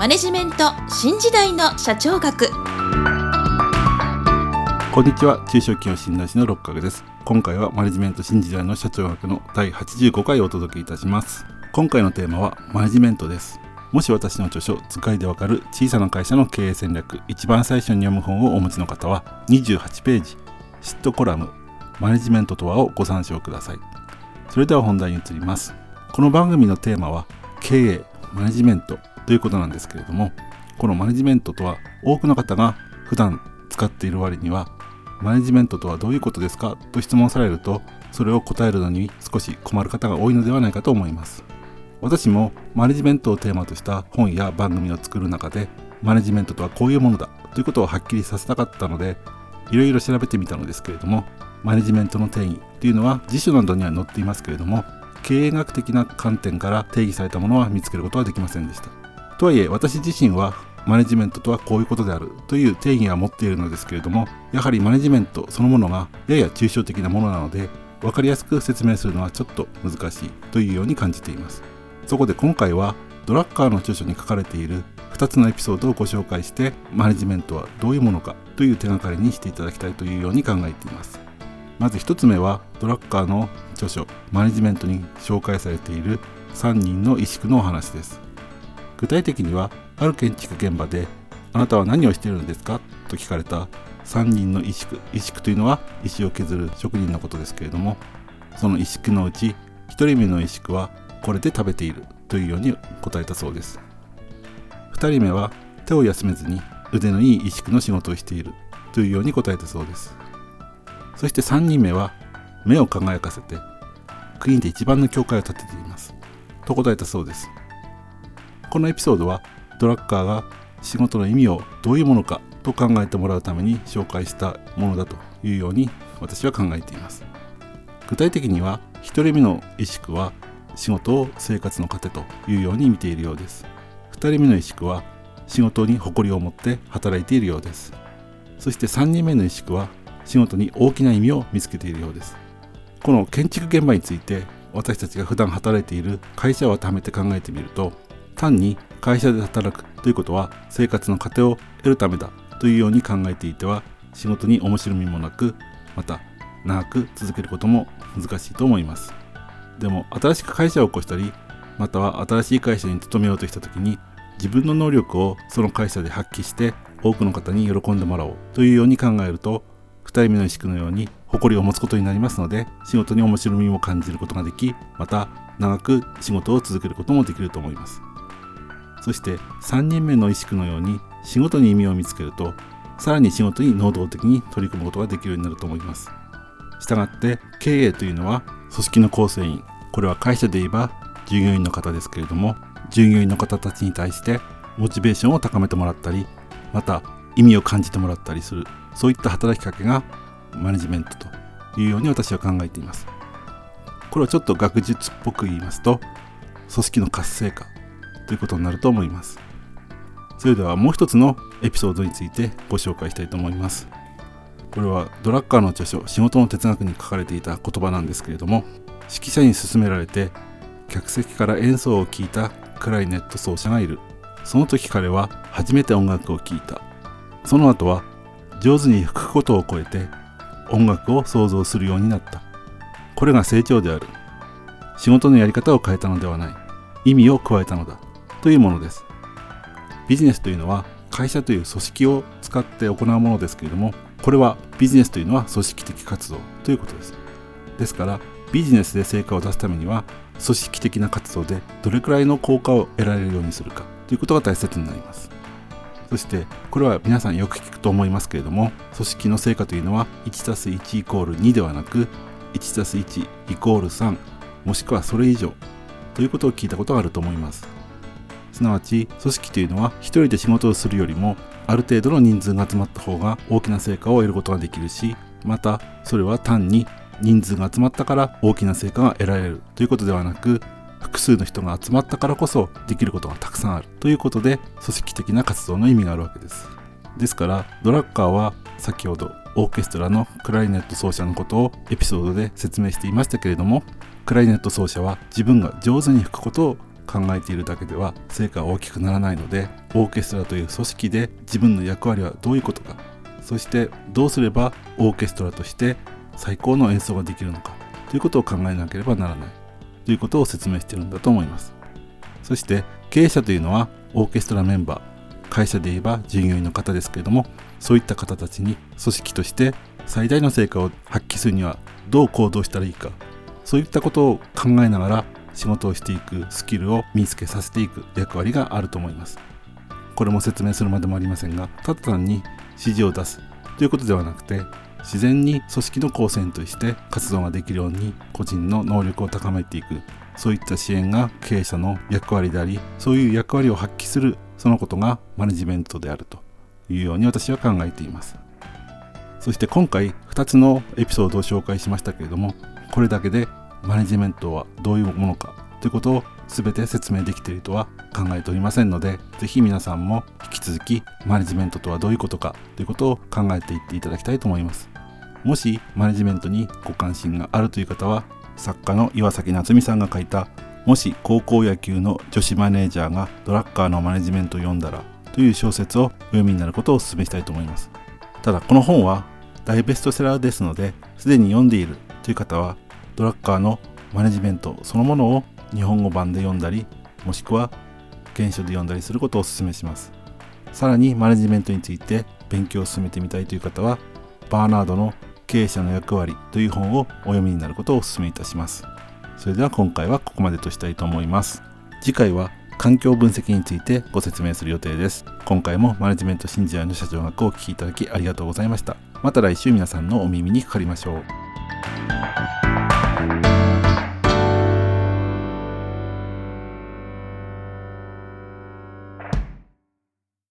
マネジメント新時代の社長学。 こんにちは。中小企業診断士の六角です。今回はマネジメント新時代の社長学の第85回をお届けいたします。今回のテーマはマネジメントです。もし私の著書図解でわかる小さな会社の経営戦略、一番最初に読む本をお持ちの方は28ページシットコラムマネジメントとはをご参照ください。それでは本題に移ります。この番組のテーマは経営、マネジメントということなんですけれども、このマネジメントとは多くの方が普段使っている割にはマネジメントとはどういうことですかと質問されると、それを答えるのに少し困る方が多いのではないかと思います。私もマネジメントをテーマとした本や番組を作る中で、マネジメントとはこういうものだということをはっきりさせたかったので、いろいろ調べてみたのですけれども、マネジメントの定義というのは辞書などには載っていますけれども、経営学的な観点から定義されたものは見つけることはできませんでした。とはいえ私自身はマネジメントとはこういうことであるという定義は持っているのですけれども、やはりマネジメントそのものがやや抽象的なものなので、分かりやすく説明するのはちょっと難しいというように感じています。そこで今回はドラッカーの著書に書かれている2つのエピソードをご紹介して、マネジメントはどういうものかという手がかりにしていただきたいというように考えています。まず1つ目はドラッカーの著書マネジメントに紹介されている3人の萎縮のお話です。具体的にはある建築現場で、あなたは何をしているのですかと聞かれた3人の萎縮というのは石を削る職人のことですけれども、その萎縮のうち1人目の萎縮はこれで食べているというように答えたそうです。2人目は手を休めずに腕のいい萎縮の仕事をしているというように答えたそうです。そして3人目は目を輝かせて国で一番の教会を建てていますと答えたそうです。このエピソードはドラッカーが仕事の意味をどういうものかと考えてもらうために紹介したものだというように私は考えています。具体的には1人目の萎縮は仕事を生活の糧というように見ているようです。2人目の萎縮は仕事に誇りを持って働いているようです。そして3人目の萎縮は仕事に大きな意味を見つけているようです。この建築現場について私たちが普段働いている会社を当てはめて考えてみると、単に会社で働くということは生活の糧を得るためだというように考えていては、仕事に面白みもなく、また長く続けることも難しいと思います。でも新しく会社を起こしたり、または新しい会社に勤めようとしたときに、自分の能力をその会社で発揮して多くの方に喜んでもらおうというように考えると、2人目の萎縮のように誇りを持つことになりますので、仕事に面白みも感じることができ、また長く仕事を続けることもできると思います。そして3人目の萎縮のように仕事に意味を見つけると、さらに仕事に能動的に取り組むことができるようになると思います。したがって経営というのは組織の構成員、これは会社で言えば従業員の方ですけれども、従業員の方たちに対してモチベーションを高めてもらったり、また意味を感じてもらったりする、そういった働きかけがマネジメントというように私は考えています。これはちょっと学術っぽく言いますと、組織の活性化ということになると思います。それではもう一つのエピソードについてご紹介したいと思います。これはドラッカーの著書仕事の哲学に書かれていた言葉なんですけれども、指揮者に勧められて客席から演奏を聴いたクラリネット奏者がいる。その時彼は初めて音楽を聴いた。その後は上手に吹くことを超えて音楽を創造するようになった。これが成長である。仕事のやり方を変えたのではない、意味を加えたのだというものです。ビジネスというのは会社という組織を使って行うものですけれども、これはビジネスというのは組織的活動ということです。ですからビジネスで成果を出すためには、組織的な活動でどれくらいの効果を得られるようにするかということが大切になります。そしてこれは皆さんよく聞くと思いますけれども、組織の成果というのは 1+1=2 ではなく 1+1=3 もしくはそれ以上ということを聞いたことがあると思います。すなわち組織というのは一人で仕事をするよりもある程度の人数が集まった方が大きな成果を得ることができるし、またそれは単に人数が集まったから大きな成果が得られるということではなく、複数の人が集まったからこそできることがたくさんあるということで、組織的な活動の意味があるわけです。ですからドラッカーは先ほどオーケストラのクラリネット奏者のことをエピソードで説明していましたけれども、クラリネット奏者は自分が上手に吹くことを考えているだけでは成果は大きくならないので、オーケストラという組織で自分の役割はどういうことか、そしてどうすればオーケストラとして最高の演奏ができるのかということを考えなければならないということを説明しているんだと思います。そして経営者というのはオーケストラメンバー、会社で言えば従業員の方ですけれども、そういった方たちに組織として最大の成果を発揮するにはどう行動したらいいか、そういったことを考えながら仕事をしていくスキルを身につけさせていく役割があると思います。これも説明するまでもありませんが、ただ単に指示を出すということではなくて、自然に組織の構成として活動ができるように個人の能力を高めていく、そういった支援が経営者の役割であり、そういう役割を発揮する、そのことがマネジメントであるというように私は考えています。そして今回2つのエピソードを紹介しましたけれども、これだけでマネジメントはどういうものかということを全て説明できているとは考えておりませんので、ぜひ皆さんも引き続きマネジメントとはどういうことかということを考えていっていただきたいと思います。もしマネジメントにご関心があるという方は、作家の岩崎夏美さんが書いたもし高校野球の女子マネージャーがドラッカーのマネジメントを読んだらという小説をお読みになることをお勧めしたいと思います。ただこの本は大ベストセラーですので、すでに読んでいるという方はドラッカーのマネジメントそのものを日本語版で読んだり、もしくは原書で読んだりすることをお勧めします。さらにマネジメントについて勉強を進めてみたいという方は、バーナードの経営者の役割という本をお読みになることをお勧めいたします。それでは今回はここまでとしたいと思います。次回は環境分析についてご説明する予定です。今回もマネジメント新時代の社長学をお聞きいただきありがとうございました。また来週皆さんのお耳にかかりましょう。